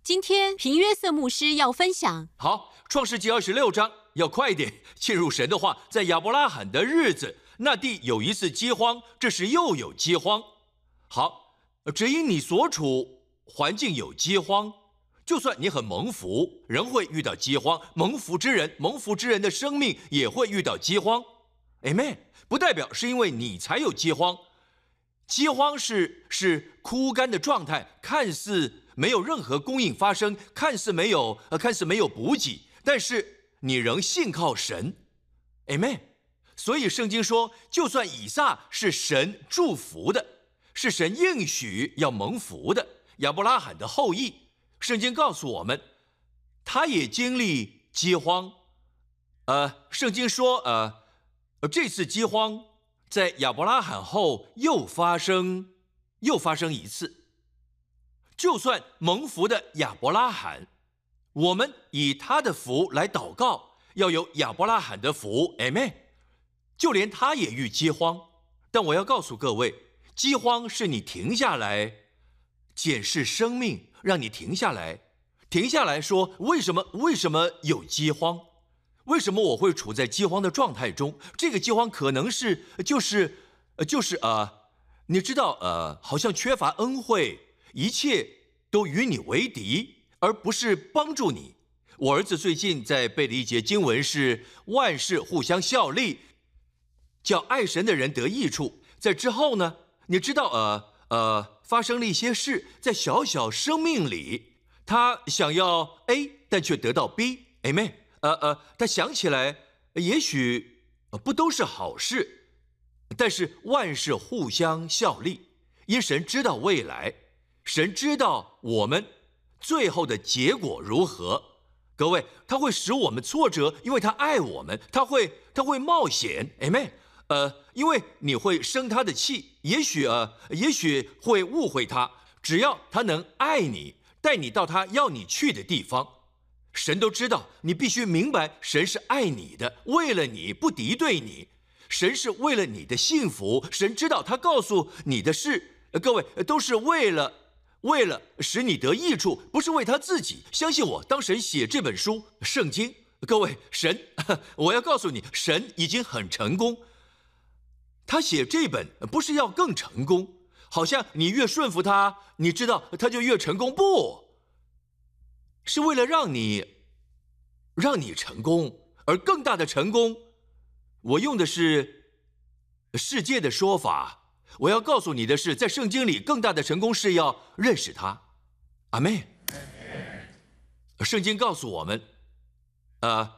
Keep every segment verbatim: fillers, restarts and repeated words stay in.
今天平约瑟牧师要分享。 好，创世纪二十六章，要快一点进入神的话。在亚伯拉罕的日子，那地有一次饥荒，这时又有饥荒。好，只因你所处环境有饥荒，就算你很蒙福，仍会遇到饥荒。蒙福之人，蒙福之人的生命也会遇到饥荒。Amen， 不代表是因为你才有饥荒。饥荒是是枯干的状态，看似没有任何供应发生，看似没有呃，看似没有补给，但是你仍信靠神 ，Amen。所以圣经说，就算以撒是神祝福的，是神应许要蒙福的亚伯拉罕的后裔，圣经告诉我们，他也经历饥荒。呃，圣经说，呃，这次饥荒在亚伯拉罕后又发生，又发生一次。就算蒙福的亚伯拉罕，我们以他的福来祷告，要有亚伯拉罕的福 ，Amen。就连他也遇饥荒，但我要告诉各位，饥荒是你停下来检视生命，让你停下来，停下来说，为什么为什么有饥荒？为什么我会处在饥荒的状态中？这个饥荒可能是就是就是呃，你知道呃，好像缺乏恩惠。一切都与你为敌，而不是帮助你。我儿子最近在背的一节经文是万事互相效力，叫爱神的人得益处。在之后呢，你知道呃呃发生了一些事，在小小生命里，他想要 A， 但却得到 B。Amen。呃呃，他想起来，也许不都是好事，但是万事互相效力，因神知道未来。神知道我们最后的结果如何，各位，他会使我们挫折，因为他爱我们，他会他会冒险 ，Amen。呃，因为你会生他的气，也许呃，也许会误会他，只要他能爱你，带你到他要你去的地方，神都知道，你必须明白，神是爱你的，为了你不敌对你，神是为了你的幸福，神知道他告诉你的事，各位都是为了。为了使你得益处，不是为他自己。相信我，当神写这本书《圣经》，各位，神，我要告诉你，神已经很成功。他写这本不是要更成功，好像你越顺服他，你知道他就越成功，不是为了让你让你成功，而更大的成功，我用的是世界的说法。我要告诉你的是，在圣经里更大的成功是要认识他。阿们。圣经告诉我们，呃，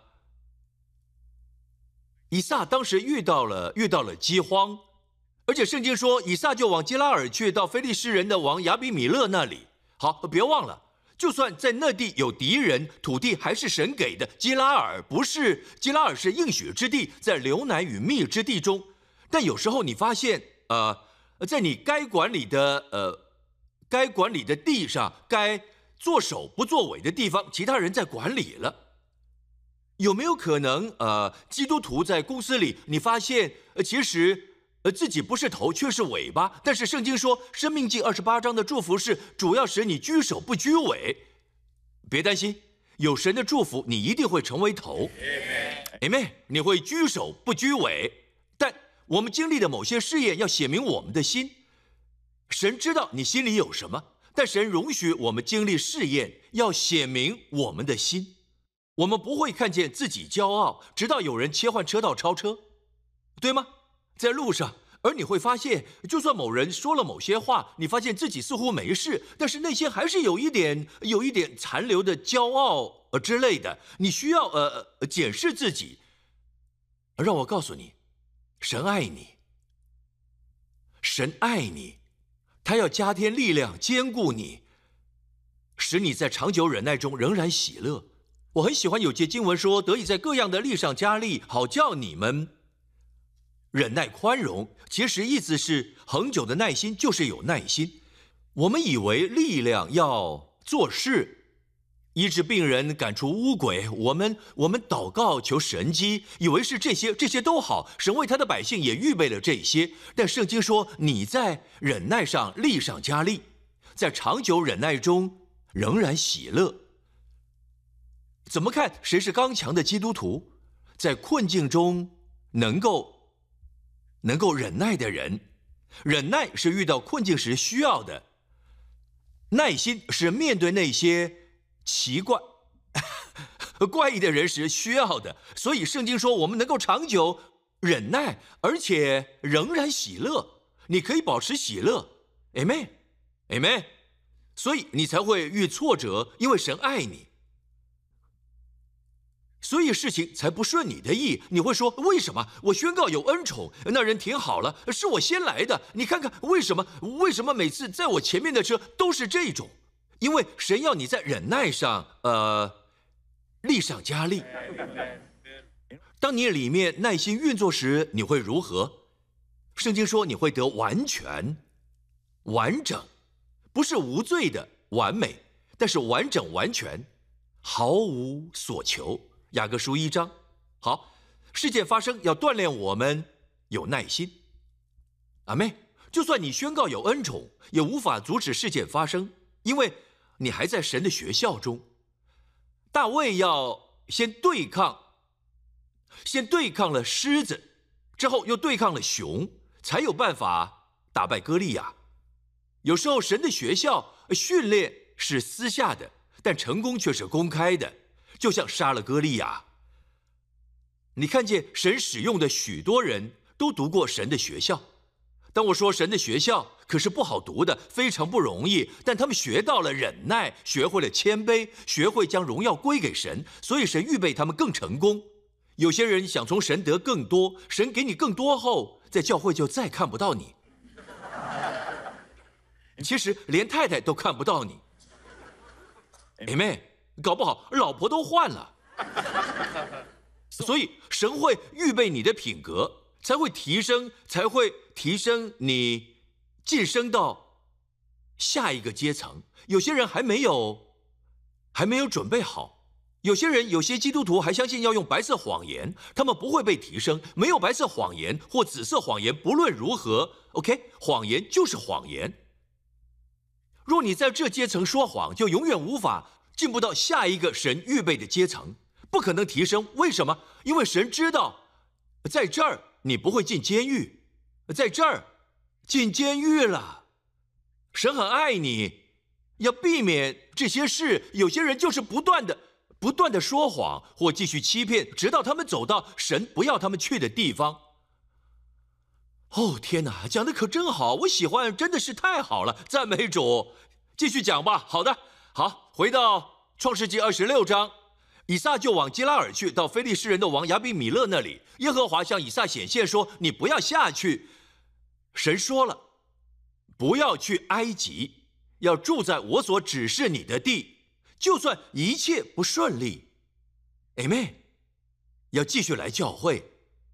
以撒当时遇到了遇到了饥荒，而且圣经说以撒就往基拉尔去，到非利士人的王亚比米勒那里。好，别忘了，就算在那地有敌人，土地还是神给的。基拉尔不是基拉尔是应许之地，在流奶与蜜之地中。但有时候你发现。呃，在你该管理的呃，该管理的地上，该做首不作尾的地方，其他人在管理了。有没有可能，呃，基督徒在公司里，你发现，呃，其实，呃，自己不是头，却是尾巴？但是圣经说，《申命记》二十八章的祝福是主要使你居首不居尾。别担心，有神的祝福，你一定会成为头。Amen。你会居首不居尾。我们经历的某些试验要显明我们的心，神知道你心里有什么，但神容许我们经历试验，要显明我们的心。我们不会看见自己骄傲，直到有人切换车道超车，对吗？在路上，而你会发现，就算某人说了某些话，你发现自己似乎没事，但是内心还是有一点有一点残留的骄傲呃之类的，你需要呃检视自己。让我告诉你，神爱你，神爱你，他要加添力量坚固你，使你在长久忍耐中仍然喜乐。我很喜欢有节经文说，得以在各样的力上加力，好叫你们忍耐宽容。其实意思是恒久的耐心就是有耐心。我们以为力量要做事，医治病人，赶出污鬼，我们我们祷告求神迹，以为是这些，这些都好，神为他的百姓也预备了这些。但圣经说，你在忍耐上力上加力，在长久忍耐中仍然喜乐。怎么看谁是刚强的基督徒？在困境中能够能够忍耐的人，忍耐是遇到困境时需要的，耐心是面对那些奇怪怪异的人时需要的。所以圣经说我们能够长久忍耐，而且仍然喜乐。你可以保持喜乐 Amen Amen。 所以你才会遇挫折，因为神爱你，所以事情才不顺你的意。你会说为什么？我宣告有恩宠，那人挺好了，是我先来的。你看看为什么？为什么每次在我前面的车都是这种？因为神要你在忍耐上，呃，力上加力。当你里面耐心运作时，你会如何？圣经说你会得完全、完整，不是无罪的完美，但是完整完全，毫无所求。雅各书一章。好，事件发生要锻炼我们有耐心。阿妹，就算你宣告有恩宠，也无法阻止事件发生，因为你还在神的学校中。大卫要先对抗，先对抗了狮子，之后又对抗了熊，才有办法打败歌利亚。有时候神的学校训练是私下的，但成功却是公开的，就像杀了歌利亚。你看见神使用的许多人都读过神的学校。当我说神的学校可是不好读的，非常不容易，但他们学到了忍耐，学会了谦卑，学会将荣耀归给神，所以神预备他们更成功。有些人想从神得更多，神给你更多后，在教会就再看不到你。其实连太太都看不到你。妹妹，搞不好老婆都换了。所以神会预备你的品格，才会提升，才会提升你晋升到下一个阶层。有些人还没有还没有准备好，有些人有些基督徒还相信要用白色谎言，他们不会被提升。没有白色谎言或紫色谎言，不论如何 OK， 谎言就是谎言。若你在这阶层说谎，就永远无法进步到下一个神预备的阶层，不可能提升。为什么？因为神知道在这儿你不会进监狱，在这儿进监狱了。神很爱你，要避免这些事。有些人就是不断的不断的说谎或继续欺骗，直到他们走到神不要他们去的地方。哦，天哪，讲的可真好，我喜欢，真的是太好了，赞美主。继续讲吧。好的，好，回到创世纪二十六章，以撒就往基拉尔去，到非利士人的王亚比米勒那里。耶和华向以撒显现说：你不要下去。神说了，不要去埃及，要住在我所指示你的地，就算一切不顺利。Amen， 要继续来教会。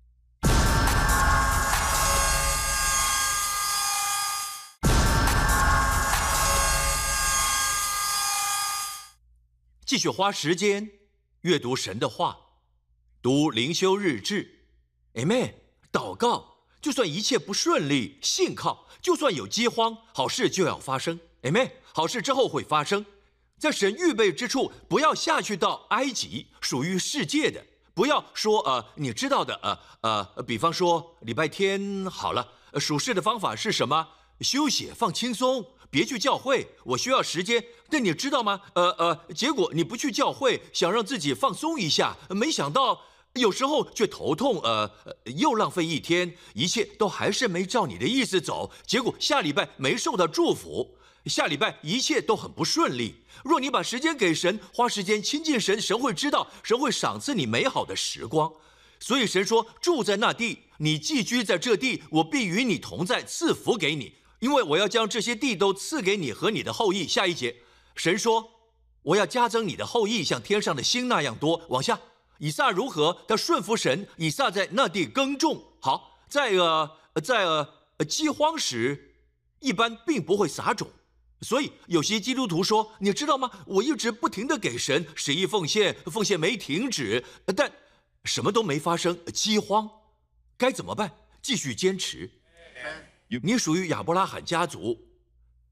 继续花时间阅读神的话，读灵修日志 Amen， 祷告，就算一切不顺利，信靠，就算有饥荒，好事就要发生 Amen， 好事之后会发生。在神预备之处，不要下去到埃及，属于世界的。不要说呃，你知道的呃呃，比方说礼拜天好了，属世的方法是什么？休息，放轻松，别去教会，我需要时间。但你知道吗？呃呃，结果你不去教会，想让自己放松一下，没想到有时候却头痛，呃，又浪费一天，一切都还是没照你的意思走。结果下礼拜没受到祝福，下礼拜一切都很不顺利。若你把时间给神，花时间亲近神，神会知道，神会赏赐你美好的时光。所以神说，住在那地，你寄居在这地，我必与你同在，赐福给你。因为我要将这些地都赐给你和你的后裔。下一节，神说，我要加增你的后裔，像天上的星那样多。往下，以撒如何？他顺服神，以撒在那地耕种。好，在呃在呃饥荒时，一般并不会撒种。所以有些基督徒说，你知道吗？我一直不停地给神十一奉献，奉献没停止，但什么都没发生，饥荒，该怎么办？继续坚持。你属于亚伯拉罕家族，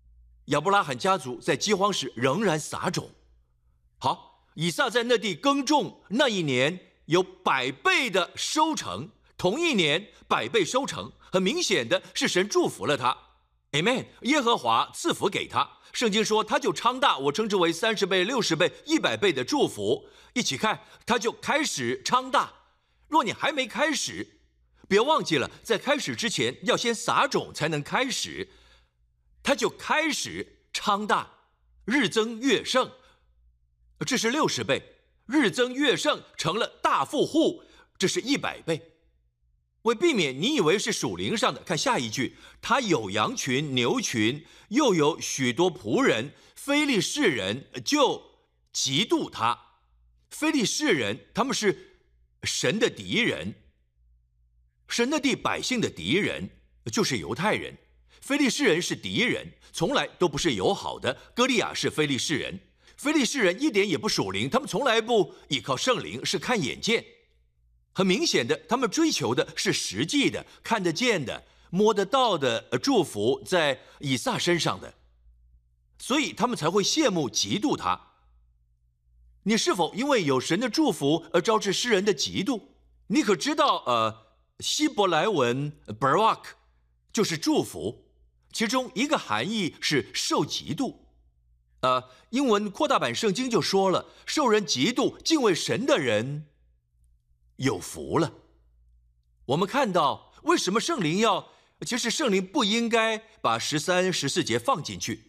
亚伯拉罕家族在饥荒时仍然撒种。好，以撒在那地耕种，那一年有百倍的收成，同一年百倍收成，很明显的是神祝福了他。Amen， 耶和华赐福给他。圣经说他就昌大，我称之为三十倍、六十倍、一百倍的祝福。一起看，他就开始昌大。若你还没开始，别忘记了，在开始之前要先撒种才能开始。他就开始昌大，日增月盛，这是六十倍；日增月盛成了大富户，这是一百倍。为避免你以为是属灵上的，看下一句，他有羊群、牛群，又有许多仆人，非利士人就嫉妒他。非利士人他们是神的敌人，神的地百姓的敌人就是犹太人。非利士人是敌人，从来都不是友好的。歌利亚是非利士人，非利士人一点也不属灵，他们从来不依靠圣灵，是看眼见。很明显的，他们追求的是实际的、看得见的、摸得到的祝福在以撒身上的，所以他们才会羡慕、嫉妒他。你是否因为有神的祝福而招致世人的嫉妒？你可知道，呃，希伯来文 barak 就是祝福，其中一个含义是受嫉妒。呃，英文扩大版圣经就说了，受人嫉妒、敬畏神的人有福了。我们看到为什么圣灵要，其实圣灵不应该把十三、十四节放进去，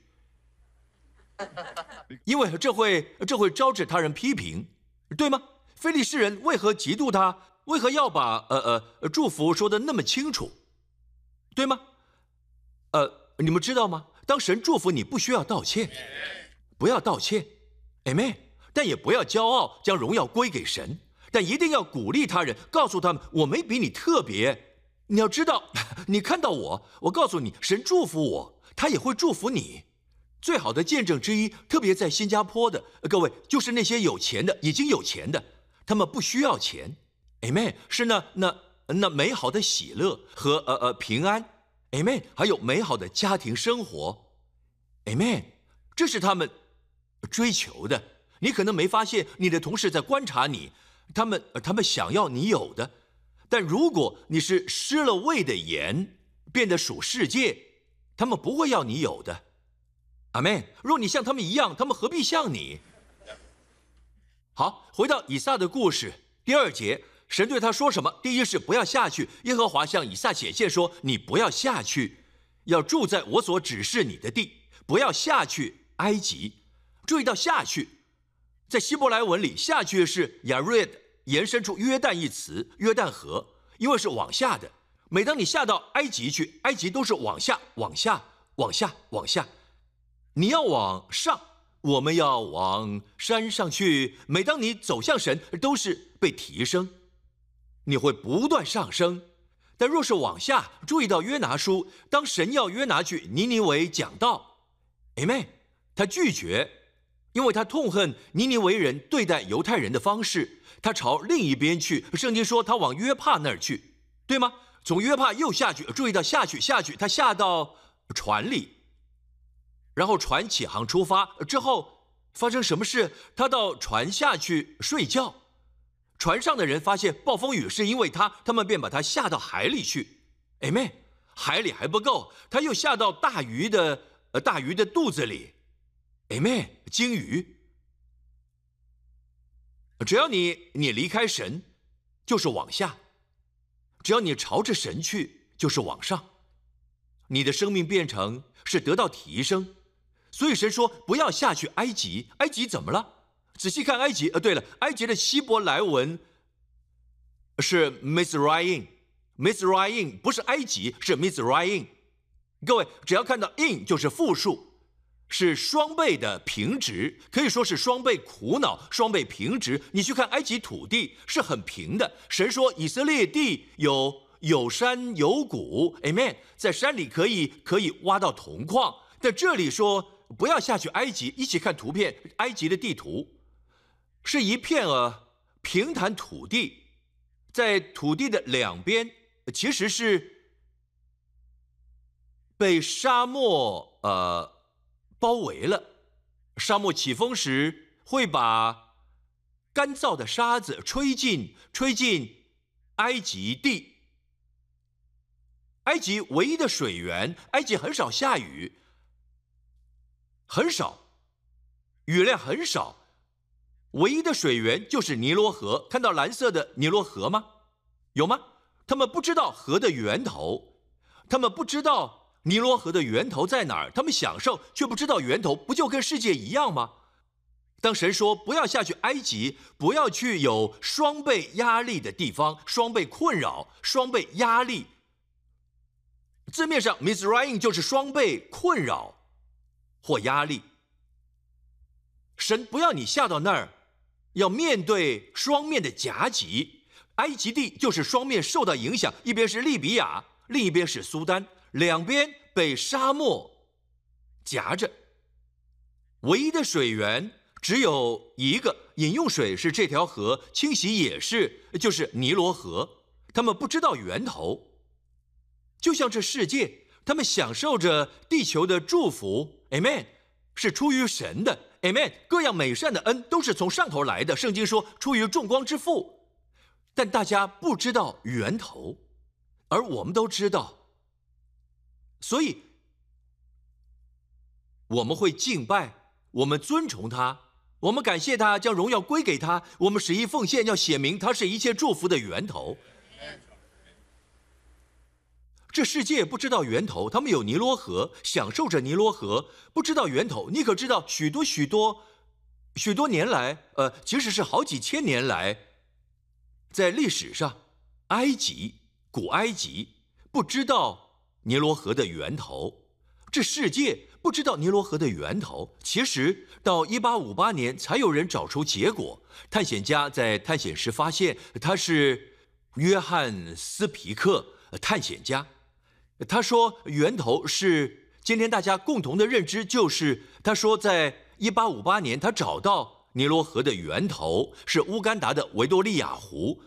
因为这会这会招致他人批评，对吗？非利士人为何嫉妒他？为何要把呃呃祝福说得那么清楚，对吗？呃，你们知道吗？当神祝福你，不需要道歉，不要道歉 ，Amen。但也不要骄傲，将荣耀归给神。但一定要鼓励他人，告诉他们我没比你特别。你要知道，你看到我，我告诉你，神祝福我，他也会祝福你。最好的见证之一，特别在新加坡的各位，就是那些有钱的，已经有钱的，他们不需要钱 ，Amen。是那那那美好的喜乐和呃呃平安 ，Amen。还有美好的家庭生活 ，Amen。这是他们追求的。你可能没发现，你的同事在观察你。他们他们想要你有的，但如果你是失了味的盐，变得属世界，他们不会要你有的。阿们。若你像他们一样，他们何必像你？好，回到以撒的故事，第二节，神对他说什么？第一是不要下去，耶和华向以撒显现说，你不要下去，要住在我所指示你的地，不要下去埃及。注意到下去，在希伯来文里，下去是亚瑞，延伸出约旦一词，约旦河，因为是往下的。每当你下到埃及去，埃及都是往下、往下、往下、往下。你要往上，我们要往山上去。每当你走向神，都是被提升，你会不断上升。但若是往下，注意到约拿书，当神要约拿去尼尼微讲道 ，Amen， 他拒绝。因为他痛恨尼尼微人对待犹太人的方式，他朝另一边去。圣经说他往约帕那儿去，对吗？从约帕又下去，注意到下去下去，他下到船里，然后船起航出发之后发生什么事？他到船下去睡觉，船上的人发现暴风雨是因为他，他们便把他下到海里去。Amen，海里还不够，他又下到大鱼的呃大鱼的肚子里。Amen， 鲸鱼。只要你你离开神，就是往下；只要你朝着神去，就是往上。你的生命变成是得到提升。所以神说不要下去埃及。埃及怎么了？仔细看埃及。呃，对了，埃及的希伯来文是 Mizraim，Mizraim 不是埃及，是 Mizraim。各位只要看到 in 就是复数。是双倍的平直，可以说是双倍苦恼，双倍平直。你去看埃及土地是很平的，神说以色列地有有山有谷 ，Amen， 在山里可以可以挖到铜矿。但这里说不要下去埃及，一起看图片，埃及的地图是一片呃平坦土地，在土地的两边其实是被沙漠呃。 包围了。沙漠起风时，会把干燥的沙子吹进吹进埃及地。埃及唯一的水源，埃及很少下雨，很少，雨量很少，唯一的水源就是尼罗河。看到蓝色的尼罗河吗？有吗？他们不知道河的源头，他们不知道尼罗河的源头在哪儿，他们享受却不知道源头，不就跟世界一样吗？当神说不要下去埃及，不要去有双倍压力的地方，双倍困扰，双倍压力。字面上 Mizraim 就是双倍困扰或压力。神不要你下到那儿，要面对双面的夹击。埃及地就是双面受到影响，一边是利比亚，另一边是苏丹，两边被沙漠夹着。唯一的水源只有一个，饮用水是这条河，清洗也是，就是尼罗河。他们不知道源头。就像这世界，他们享受着地球的祝福 ，Amen， 是出于神的 ，Amen， 各样美善的恩都是从上头来的。圣经说出于众光之父，但大家不知道源头，而我们都知道，所以我们会敬拜，我们尊崇他，我们感谢他，将荣耀归给他，我们十一奉献，要写明他是一切祝福的源头。这世界不知道源头，他们有尼罗河，享受着尼罗河，不知道源头。你可知道，许多许多许多年来，呃，其实是好几千年来，在历史上，埃及古埃及不知道尼罗河的源头，这世界不知道尼罗河的源头。其实到一八五八年才有人找出结果，探险家在探险时发现，他是约翰斯皮克探险家。他说源头是今天大家共同的认知，就是他说在一八五八年他找到尼罗河的源头是乌干达的维多利亚湖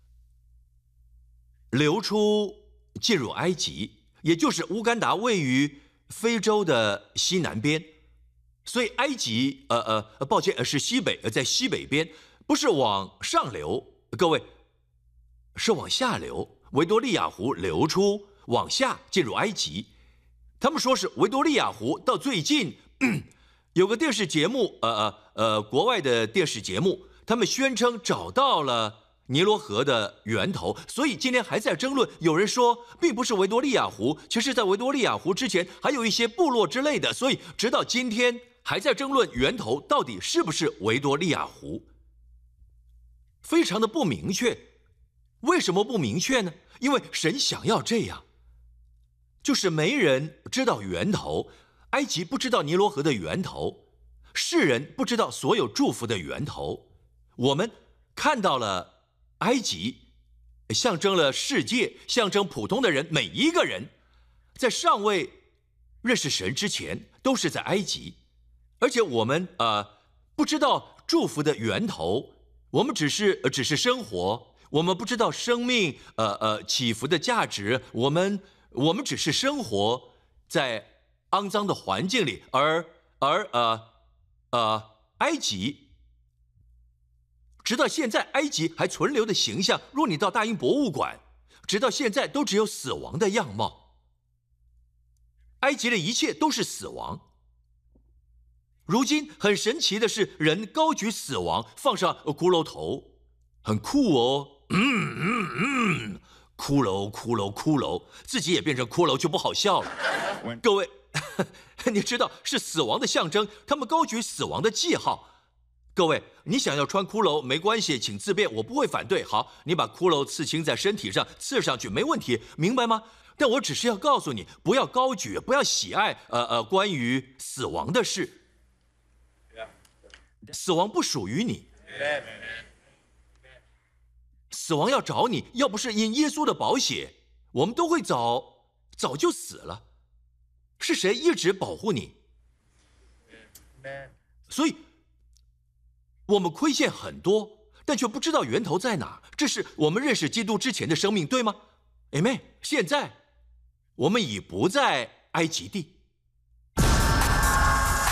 流出进入埃及，也就是乌干达位于非洲的西南边，所以埃及呃呃抱歉是西北，在西北边，不是往上流，各位是往下流，维多利亚湖流出往下进入埃及。他们说是维多利亚湖到最近有个电视节目，呃呃呃，国外的电视节目，他们宣称找到了尼罗河的源头，所以今天还在争论。有人说并不是维多利亚湖，其实在维多利亚湖之前还有一些部落之类的，所以直到今天还在争论源头到底是不是维多利亚湖，非常的不明确。为什么不明确呢？因为神想要这样，就是没人知道源头，埃及不知道尼罗河的源头，世人不知道所有祝福的源头。我们看到了埃及，象征了世界，象征普通的人，每一个人在尚未认识神之前都是在埃及，而且我们呃不知道祝福的源头，我们只是、呃、只是生活，我们不知道生命呃呃起伏的价值，我们我们只是生活在肮脏的环境里，而而呃呃埃及。直到现在，埃及还存留的形象，若你到大英博物馆，直到现在都只有死亡的样貌。埃及的一切都是死亡。如今很神奇的是，人高举死亡，放上骷髅头，很酷哦。嗯嗯嗯，骷髅骷髅骷髅，自己也变成骷髅就不好笑了。各位，你知道是死亡的象征，他们高举死亡的记号。各位，你想要穿骷髅没关系，请自便，我不会反对。好，你把骷髅刺青在身体上，刺上去没问题，明白吗？但我只是要告诉你，不要高举，不要喜爱呃呃关于死亡的事。死亡不属于你，死亡要找你，要不是因耶稣的宝血，我们都会早早就死了。是谁一直保护你？所以我们亏欠很多，但却不知道源头在哪。这是我们认识基督之前的生命，对吗 ？Amen。现在我们已不在埃及地。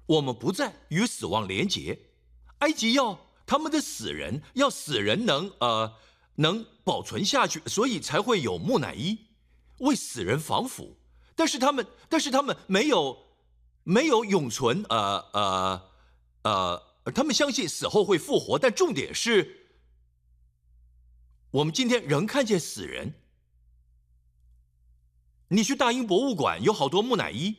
我们不再与死亡连结。埃及要他们的死人，要死人能呃能保存下去，所以才会有木乃伊为死人防腐。但是他们，但是他们没有没有永存，呃呃呃，他们相信死后会复活，但重点是，我们今天仍看见死人。你去大英博物馆有好多木乃伊。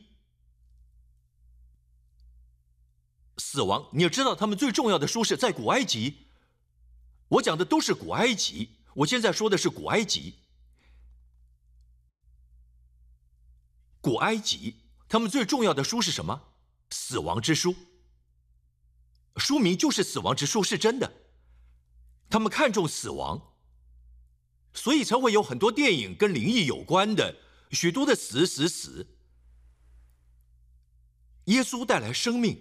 死亡，你要知道，他们最重要的书是在古埃及。我讲的都是古埃及，我现在说的是古埃及。古埃及，他们最重要的书是什么？死亡之书。书名就是死亡之书，是真的。他们看重死亡，所以才会有很多电影跟灵异有关的，许多的死死死。耶稣带来生命。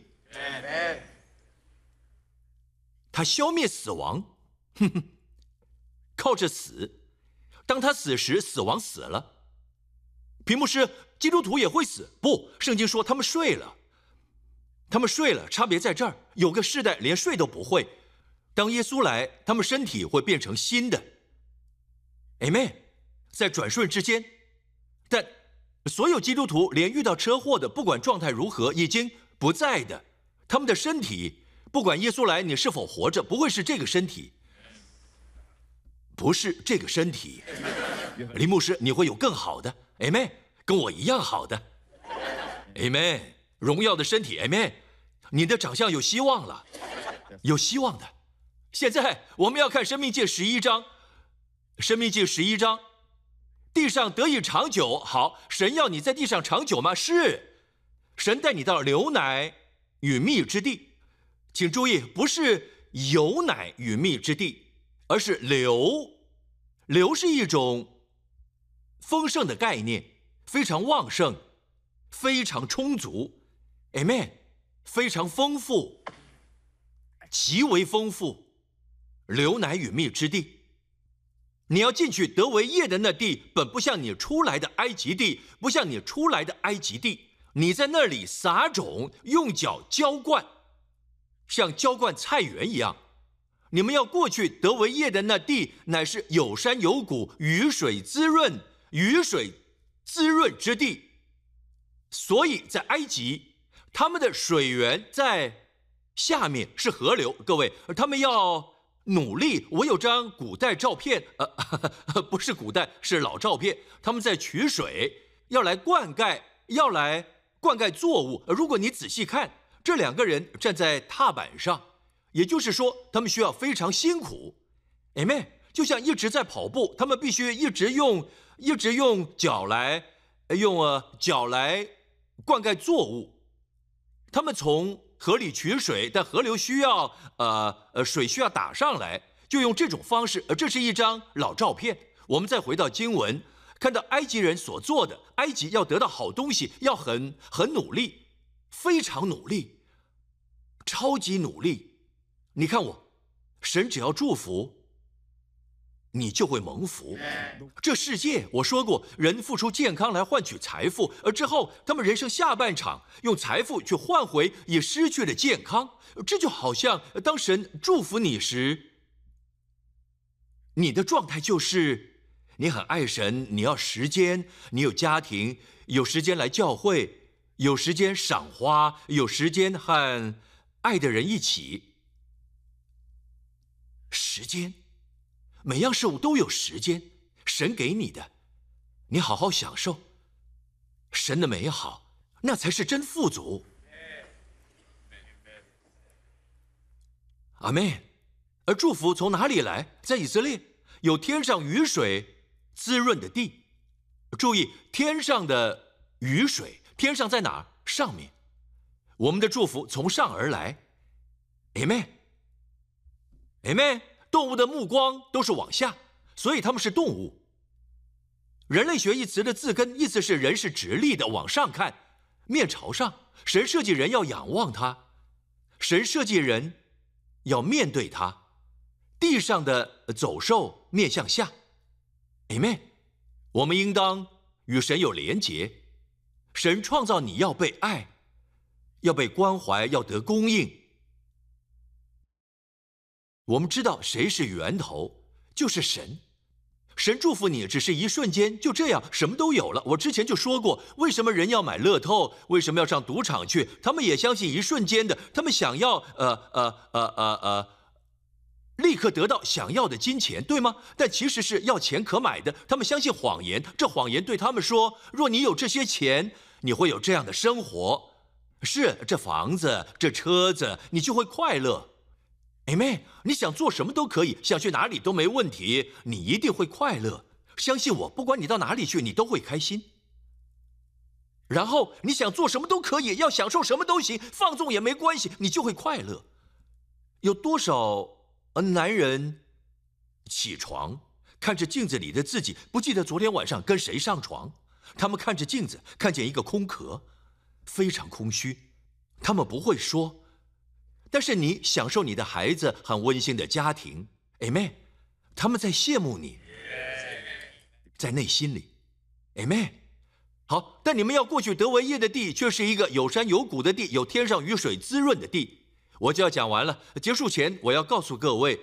他消灭死亡，哼哼，靠着死。当他死时，死亡死了。屏幕师，基督徒也会死？不，圣经说他们睡了。他们睡了，差别在这儿。有个世代连睡都不会。当耶稣来，他们身体会变成新的。Amen， 在转瞬之间。但所有基督徒连遇到车祸的，不管状态如何，已经不在的。他们的身体，不管耶稣来你是否活着，不会是这个身体，不是这个身体。林牧师，你会有更好的 ，Amen， 跟我一样好的 ，Amen， 荣耀的身体 ，Amen， 你的长相有希望了，有希望的。现在我们要看申命记十一章，申命记十一章，地上得以长久。好，神要你在地上长久吗？是，神带你到流奶与蜜之地，请注意，不是有奶与蜜之地，而是流。流是一种丰盛的概念，非常旺盛，非常充足 ，Amen， 非常丰富，极为丰富，流奶与蜜之地。你要进去得为业的那地，本不像你出来的埃及地，不像你出来的埃及地。你在那里撒种，用脚浇灌，像浇灌菜园一样。你们要过去得为业的那地，乃是有山有谷，雨水滋润，雨水滋润之地。所以在埃及，他们的水源在下面是河流。各位，他们要努力。我有张古代照片，呃，不是古代，是老照片。他们在取水，要来灌溉，要来灌溉作物。如果你仔细看，这两个人站在踏板上，也就是说，他们需要非常辛苦。Amen， 就像一直在跑步，他们必须一直用一直用脚来用呃脚来灌溉作物。他们从河里取水，但河流需要呃呃水需要打上来，就用这种方式。呃，这是一张老照片。我们再回到经文，看到埃及人所做的，埃及要得到好东西，要很很努力，非常努力，超级努力。你看我，神只要祝福，你就会蒙福。这世界我说过，人付出健康来换取财富，而之后他们人生下半场用财富去换回已失去的健康。这就好像当神祝福你时，你的状态就是你很爱神，你要时间，你有家庭，有时间来教会，有时间赏花，有时间和爱的人一起。时间，每样事物都有时间，神给你的，你好好享受神的美好，那才是真富足。阿们。而祝福从哪里来？在以色列有天上雨水滋润的地。注意，天上的雨水，天上在哪儿？上面。我们的祝福从上而来。Amen。Amen， 动物的目光都是往下，所以它们是动物。人类学一词的字根意思是人是直立的，往上看，面朝上。神设计人要仰望他，神设计人要面对他。地上的走兽面向下。Amen， 我们应当与神有连结。神创造你要被爱， 要被关怀，要得供应。我们知道谁是源头，就是神。神祝福你，只是一瞬间，就这样，什么都有了。我之前就说过，为什么人要买乐透，为什么要上赌场去？他们也相信一瞬间的，他们想要呃呃呃呃呃，立刻得到想要的金钱，对吗？但其实是要钱可买的。他们相信谎言，这谎言对他们说：若你有这些钱，你会有这样的生活，是这房子、这车子，你就会快乐。Amen， 你想做什么都可以，想去哪里都没问题，你一定会快乐。相信我，不管你到哪里去，你都会开心。然后你想做什么都可以，要享受什么都行，放纵也没关系，你就会快乐。有多少男人起床看着镜子里的自己，不记得昨天晚上跟谁上床？他们看着镜子，看见一个空壳，非常空虚。他们不会说。但是你享受你的孩子很温馨的家庭 ，Amen。他们在羡慕你，在内心里 ，Amen。好，但你们要过去得为业的地，却是一个有山有谷的地，有天上雨水滋润的地。我就要讲完了，结束前我要告诉各位，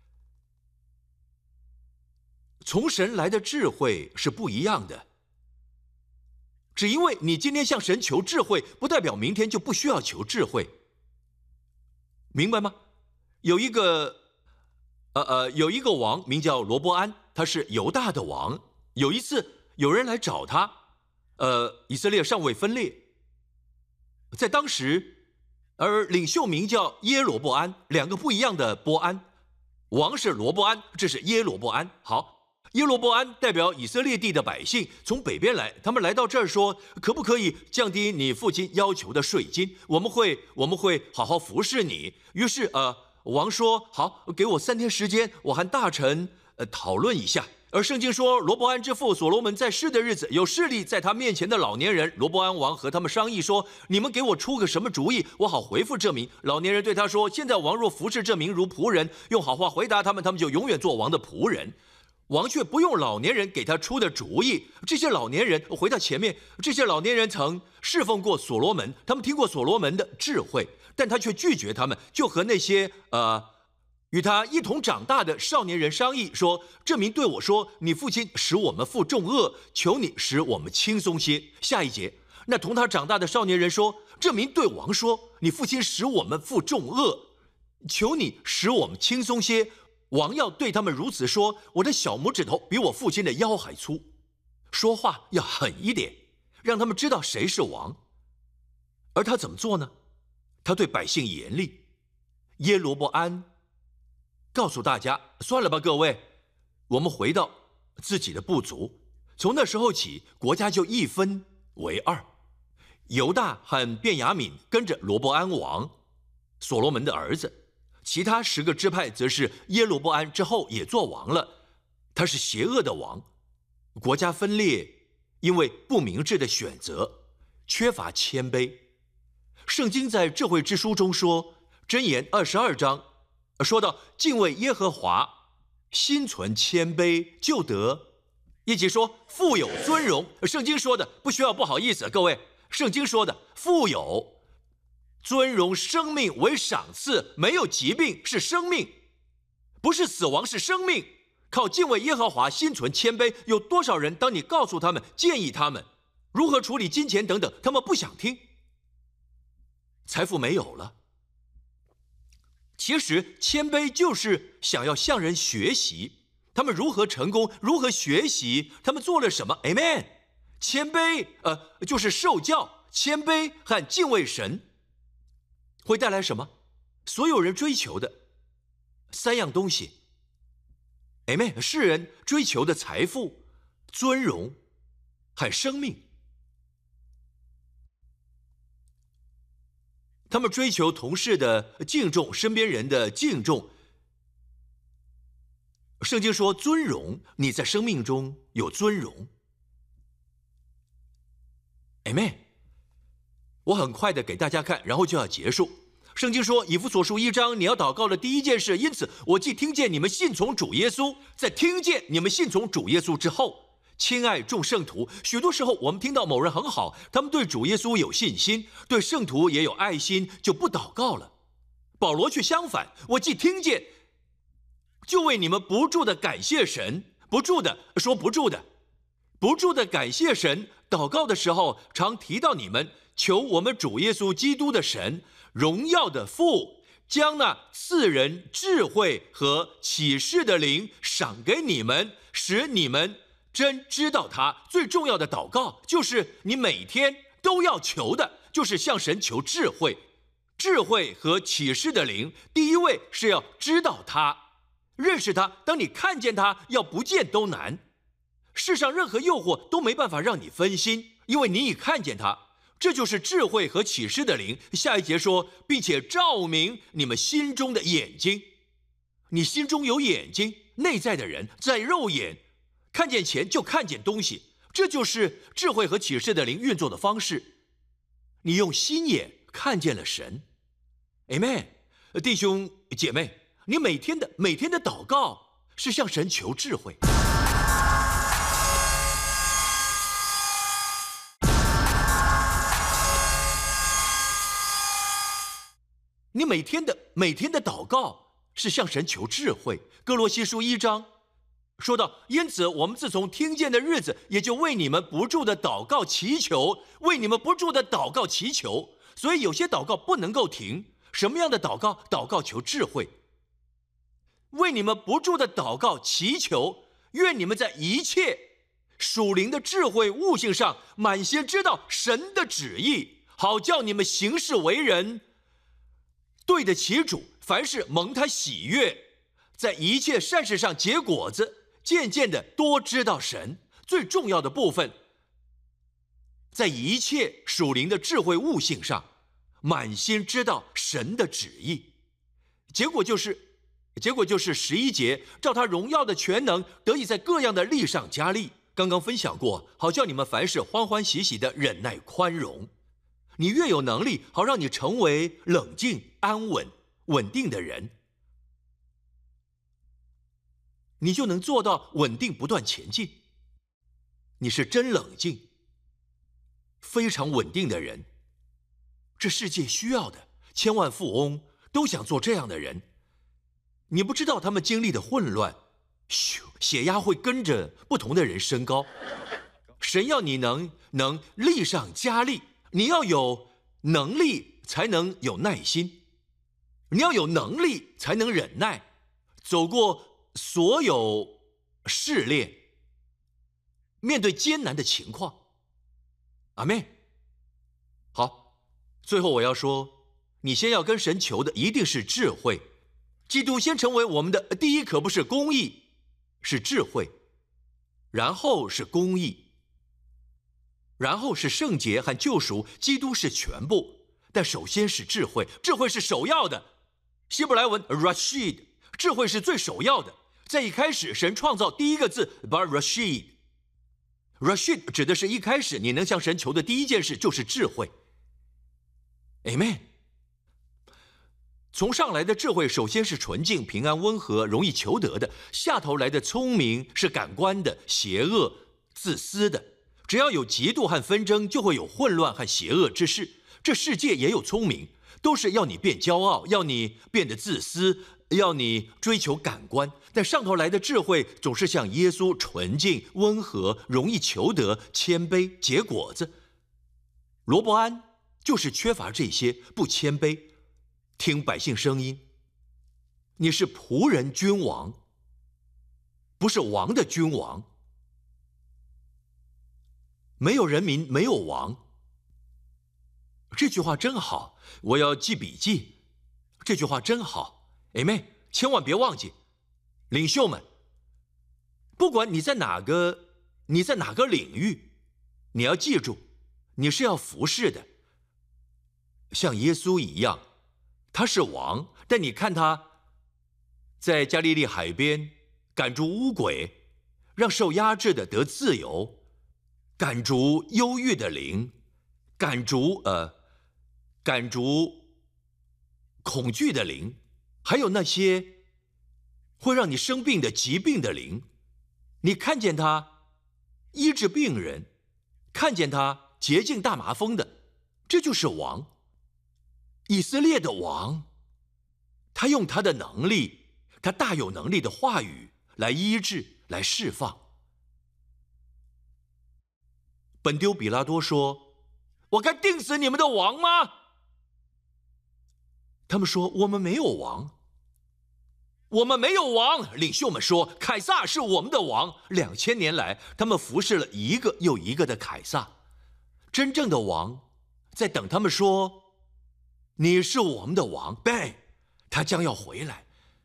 从神来的智慧是不一样的。只因为你今天向神求智慧，不代表明天就不需要求智慧。明白吗？有一个，呃呃，有一个王名叫罗波安，他是犹大的王。有一次有人来找他，呃，以色列尚未分裂，在当时，而领袖名叫耶罗波安，两个不一样的波安。王是罗波安，这是耶罗波安。好。耶罗波安代表以色列地的百姓从北边来，他们来到这儿说，可不可以降低你父亲要求的税金？我们会我们会好好服侍你。于是呃，王说好，给我三天时间，我和大臣呃讨论一下。而圣经说，罗伯安之父所罗门在世的日子，有势力在他面前的老年人罗伯安王和他们商议说，你们给我出个什么主意，我好回复这民。老年人对他说，现在王若服侍这民如仆人，用好话回答他们，他们就永远做王的仆人。王却不用老年人给他出的主意。这些老年人回到前面，这些老年人曾侍奉过所罗门，他们听过所罗门的智慧，但他却拒绝他们，就和那些呃与他一同长大的少年人商议说：这民对我说，你父亲使我们负重恶，求你使我们轻松些。下一节，那同他长大的少年人说：这民对王说，你父亲使我们负重恶，求你使我们轻松些。王要对他们如此说，我的小拇指头比我父亲的腰还粗。说话要狠一点，让他们知道谁是王。而他怎么做呢？他对百姓严厉。耶罗波安告诉大家，算了吧各位，我们回到自己的部族。从那时候起，国家就一分为二，犹大和便雅悯跟着罗波安王，所罗门的儿子。其他十个支派则是耶罗波安之后也做王了，他是邪恶的王。国家分裂，因为不明智的选择，缺乏谦卑。圣经在智慧之书中说，箴言二十二章说到，敬畏耶和华，心存谦卑，就得一起说富有尊荣。圣经说的不需要不好意思，各位，圣经说的富有尊荣生命为赏赐，没有疾病是生命，不是死亡是生命。靠敬畏耶和华，心存谦卑。有多少人，当你告诉他们、建议他们如何处理金钱等等，他们不想听。财富没有了。其实谦卑就是想要向人学习，他们如何成功，如何学习，他们做了什么 Amen。 谦卑呃，就是受教，谦卑和敬畏神会带来什么？所有人追求的三样东西 Amen。 世人追求的财富、尊荣和生命，他们追求同事的敬重，身边人的敬重。圣经说尊荣，你在生命中有尊荣 Amen。 我很快的给大家看，然后就要结束。圣经说以弗所书一章，你要祷告的第一件事，因此我既听见你们信从主耶稣，在听见你们信从主耶稣之后， 亲爱众圣徒，许多时候我们听到某人很好，他们对主耶稣有信心，对圣徒也有爱心，就不祷告了。保罗却相反，我既听见，就为你们不住的感谢神，不住的说不住的，不住的感谢神。祷告的时候，常提到你们，求我们主耶稣基督的神，荣耀的父，将那赐人智慧和启示的灵赏给你们，使你们真知道他。最重要的祷告就是你每天都要求的，就是向神求智慧，智慧和启示的灵。第一位是要知道他，认识他。当你看见他，要不见都难。世上任何诱惑都没办法让你分心，因为你已看见他。这就是智慧和启示的灵。下一节说，并且照明你们心中的眼睛。你心中有眼睛，内在的人在肉眼看见钱就看见东西，这就是智慧和启示的灵运作的方式。你用心眼看见了神。 Amen。 弟兄姐妹，你每天的每天的祷告是向神求智慧。你每天的每天的祷告是向神求智慧。哥罗西书一章说到，因此我们自从听见的日子，也就为你们不住的祷告祈求，为你们不住的祷告祈求。所以有些祷告不能够停。什么样的祷告？祷告求智慧。为你们不住的祷告祈求，愿你们在一切属灵的智慧悟性上，满心知道神的旨意，好叫你们行事为人对得起主，凡事蒙他喜悦，在一切善事上结果子，渐渐的多知道神。最重要的部分，在一切属灵的智慧悟性上，满心知道神的旨意。结果就是结果就是十一节，照他荣耀的全能，得以在各样的力上加力。刚刚分享过，好叫你们凡事欢欢喜喜的忍耐宽容。你越有能力，好让你成为冷静、安稳、稳定的人，你就能做到稳定不断前进。你是真冷静、非常稳定的人，这世界需要的。千万富翁都想做这样的人。你不知道他们经历的混乱，咻，血压会跟着不同的人升高。神要你能能力上加力，你要有能力才能有耐心，你要有能力才能忍耐，走过所有试炼，面对艰难的情况。阿们。好，最后我要说，你先要跟神求的一定是智慧。基督先成为我们的第一，可不是公义，是智慧，然后是公义，然后是圣洁和救赎。基督是全部，但首先是智慧，智慧是首要的。希伯来文 Rashid， 智慧是最首要的。在一开始，神创造第一个字 Bar Rashid， Rashid 指的是一开始你能向神求的第一件事就是智慧。 Amen。 从上来的智慧首先是纯净、平安、温和、容易求得的，下头来的聪明是感官的、邪恶、自私的。只要有嫉妒和纷争，就会有混乱和邪恶之事。这世界也有聪明，都是要你变骄傲，要你变得自私，要你追求感官。但上头来的智慧总是像耶稣，纯净、温和、容易求得、谦卑、结果子。罗伯安就是缺乏这些，不谦卑，听百姓声音。你是仆人君王，不是王的君王。没有人民，没有王。这句话真好，我要记笔记。这句话真好，哎妹，千万别忘记，领袖们，不管你在哪个，你在哪个领域，你要记住，你是要服侍的，像耶稣一样，他是王，但你看他在加利利海边赶逐污鬼，让受压制的得自由，赶逐忧郁的灵，赶逐呃，赶逐恐惧的灵，还有那些会让你生病的疾病的灵。你看见他医治病人，看见他洁净大麻风的，这就是王。以色列的王，他用他的能力，他大有能力的话语来医治，来释放。本丢比拉多说：“我该定死你们的王吗？”他们说：“我们没有王。”我们没有王。领袖们说：“凯撒是我们的王。”两千年来，他们服侍了一个又一个的凯撒。真正的王在等他们说：“你是我们的王。”对，他将要回来。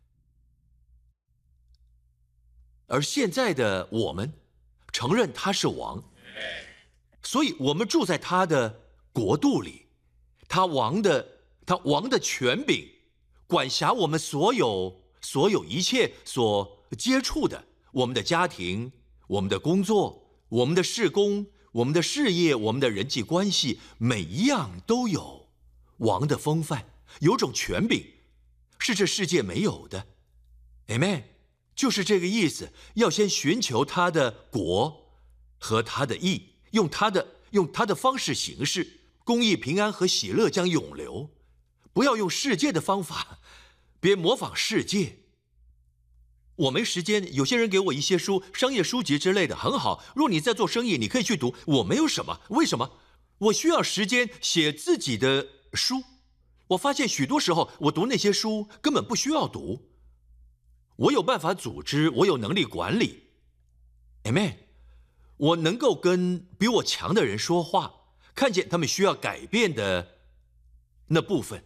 而现在的我们承认他是王，所以我们住在他的国度里，他王的他王的权柄管辖我们所有所有一切所接触的，我们的家庭，我们的工作，我们的事工，我们的事业，我们的人际关系，每一样都有王的风范，有种权柄是这世界没有的。 Amen， 就是这个意思。要先寻求他的国和他的义，用他的用他的方式行事，公义、平安和喜乐将永留。不要用世界的方法，别模仿世界。我没时间，有些人给我一些书，商业书籍之类的，很好。若你在做生意，你可以去读。我没有什么，为什么？我需要时间写自己的书。我发现许多时候，我读那些书根本不需要读。我有办法组织，我有能力管理。Amen。我能够跟比我强的人说话，看见他们需要改变的那部分，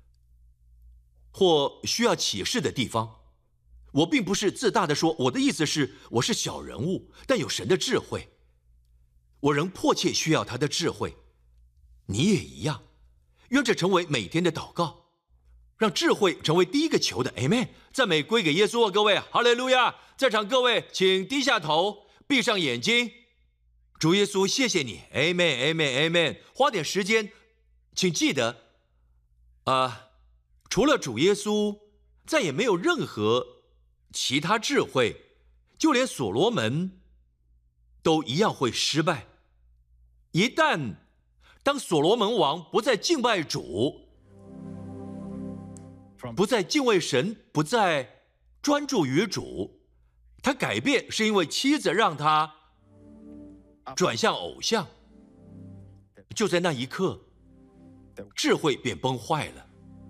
或需要启示的地方。我并不是自大的说，我的意思是我是小人物，但有神的智慧，我仍迫切需要他的智慧。你也一样，愿这成为每天的祷告，让智慧成为第一个求的。 Amen。 赞美归给耶稣啊，各位，哈利路亚！在场各位请低下头，闭上眼睛。主耶稣，谢谢你。 Amen Amen Amen。 花点时间，请记得啊、呃，除了主耶稣，再也没有任何其他智慧，就连所罗门都一样会失败。一旦当所罗门王不再敬拜主，不再敬畏神，不再专注于主，他改变是因为妻子让他转向偶像，就在那一刻，智慧便崩坏了。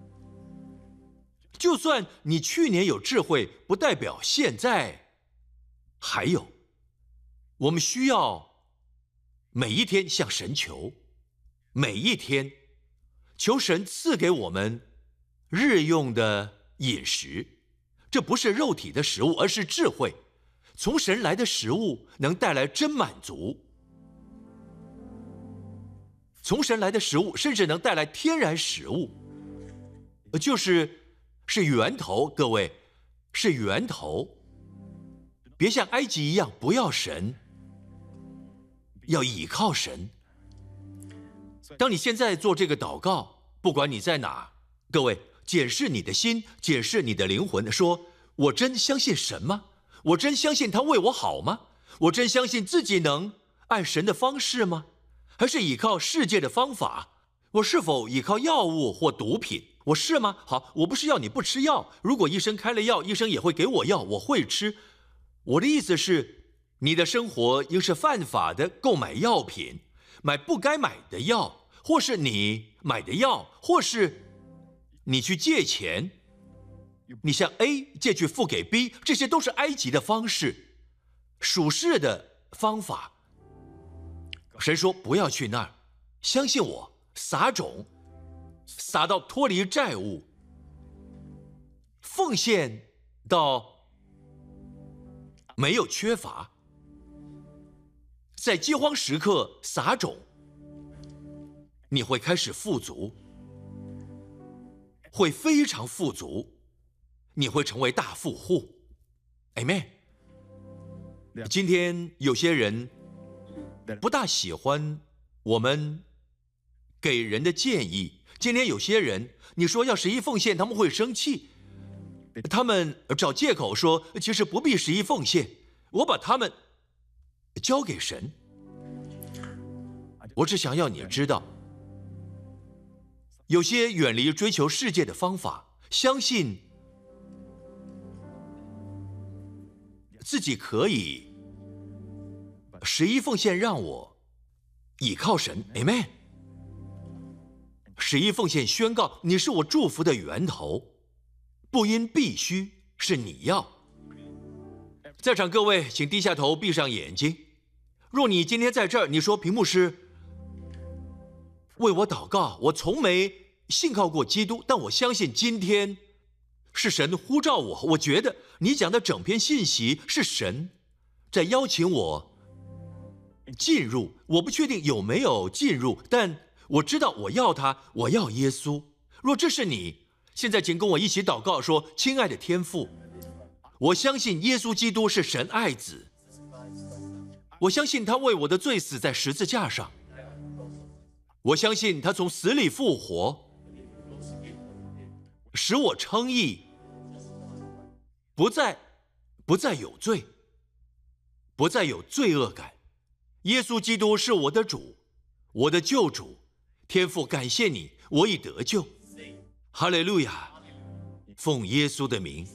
就算你去年有智慧，不代表现在还有。我们需要每一天向神求，每一天求神赐给我们日用的饮食。这不是肉体的食物，而是智慧。从神来的食物能带来真满足，从神来的食物甚至能带来天然食物，就是是源头。各位，是源头。别像埃及一样不要神，要倚靠神。当你现在做这个祷告，不管你在哪，各位检视你的心，检视你的灵魂，说：我真相信神吗？我真相信他为我好吗？我真相信自己能按神的方式吗？还是依靠世界的方法？我是否依靠药物或毒品？我是吗？好，我不是要你不吃药。如果医生开了药，医生也会给我药，我会吃。我的意思是，你的生活应是犯法的购买药品，买不该买的药，或是你买的药，或是你去借钱，你向 A 借去付给 B， 这些都是埃及的方式，属世的方法。神说不要去那儿，相信我，撒种，撒到脱离债务，奉献到没有缺乏，在饥荒时刻撒种，你会开始富足，会非常富足，你会成为大富户。 Amen。 今天有些人不大喜欢我们给人的建议。今天有些人，你说要十一奉献，他们会生气，他们找借口说其实不必十一奉献。我把他们交给神。我只想要你知道，有些远离追求世界的方法，相信自己可以十一奉献，让我倚靠神 ，Amen。十一奉献宣告，你是我祝福的源头，不因必须，是你要。在场各位，请低下头，闭上眼睛。若你今天在这儿，你说平牧师为我祷告，我从没信靠过基督，但我相信今天是神呼召我。我觉得你讲的整篇信息是神在邀请我进入，我不确定有没有进入，但我知道我要他，我要耶稣。若这是你，现在请跟我一起祷告说：亲爱的天父，我相信耶稣基督是神爱子，我相信他为我的罪死在十字架上，我相信他从死里复活，使我称义，不再不再有罪，不再有罪恶感。耶稣基督是我的主，我的救主。天父，感谢你，我已得救。哈利路亚！奉耶稣的名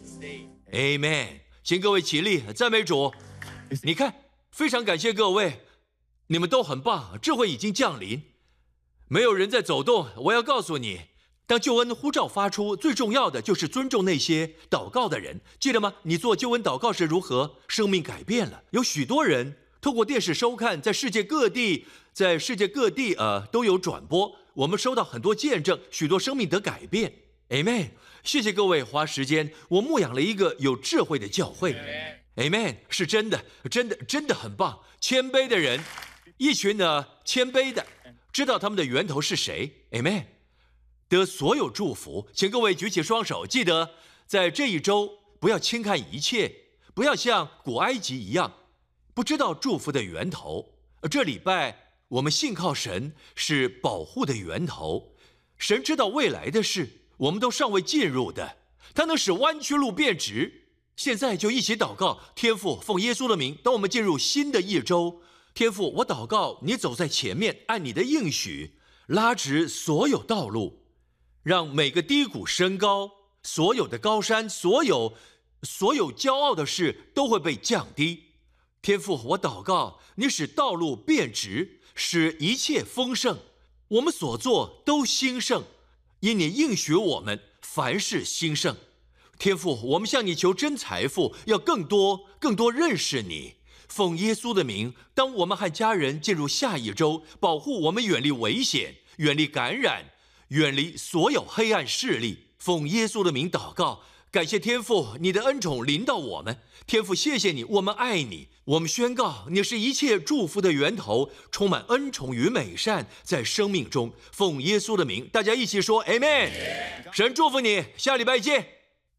，Amen。请各位起立，赞美主。你看，非常感谢各位，你们都很棒，智慧已经降临，没有人在走动。我要告诉你，当救恩呼召发出，最重要的就是尊重那些祷告的人，记得吗？你做救恩祷告时如何，生命改变了。有许多人透过电视收看，在世界各地，在世界各地呃都有转播，我们收到很多见证，许多生命得改变。Amen。谢谢各位花时间，我牧养了一个有智慧的教会。Amen， 是真的，真的，真的很棒。谦卑的人，一群呢谦卑的，知道他们的源头是谁。Amen， 得所有祝福。请各位举起双手，记得在这一周不要轻看一切，不要像古埃及一样不知道祝福的源头。这礼拜我们信靠神是保护的源头，神知道未来的事，我们都尚未进入的，他能使弯曲路变直。现在就一起祷告，天父，奉耶稣的名，当我们进入新的一周，天父，我祷告你走在前面，按你的应许拉直所有道路，让每个低谷升高，所有的高山，所有所有骄傲的事都会被降低。天父，我祷告你使道路变直，使一切丰盛，我们所做都兴盛，因你应许我们凡事兴盛。天父，我们向你求真财富，要更多更多认识你。奉耶稣的名，当我们和家人进入下一周，保护我们远离危险，远离感染，远离所有黑暗势力。奉耶稣的名祷告，感谢天父，你的恩宠临到我们。天父，谢谢你，我们爱你。我们宣告，你是一切祝福的源头，充满恩宠与美善在生命中。奉耶稣的名，大家一起说 Amen。神祝福你，下礼拜见。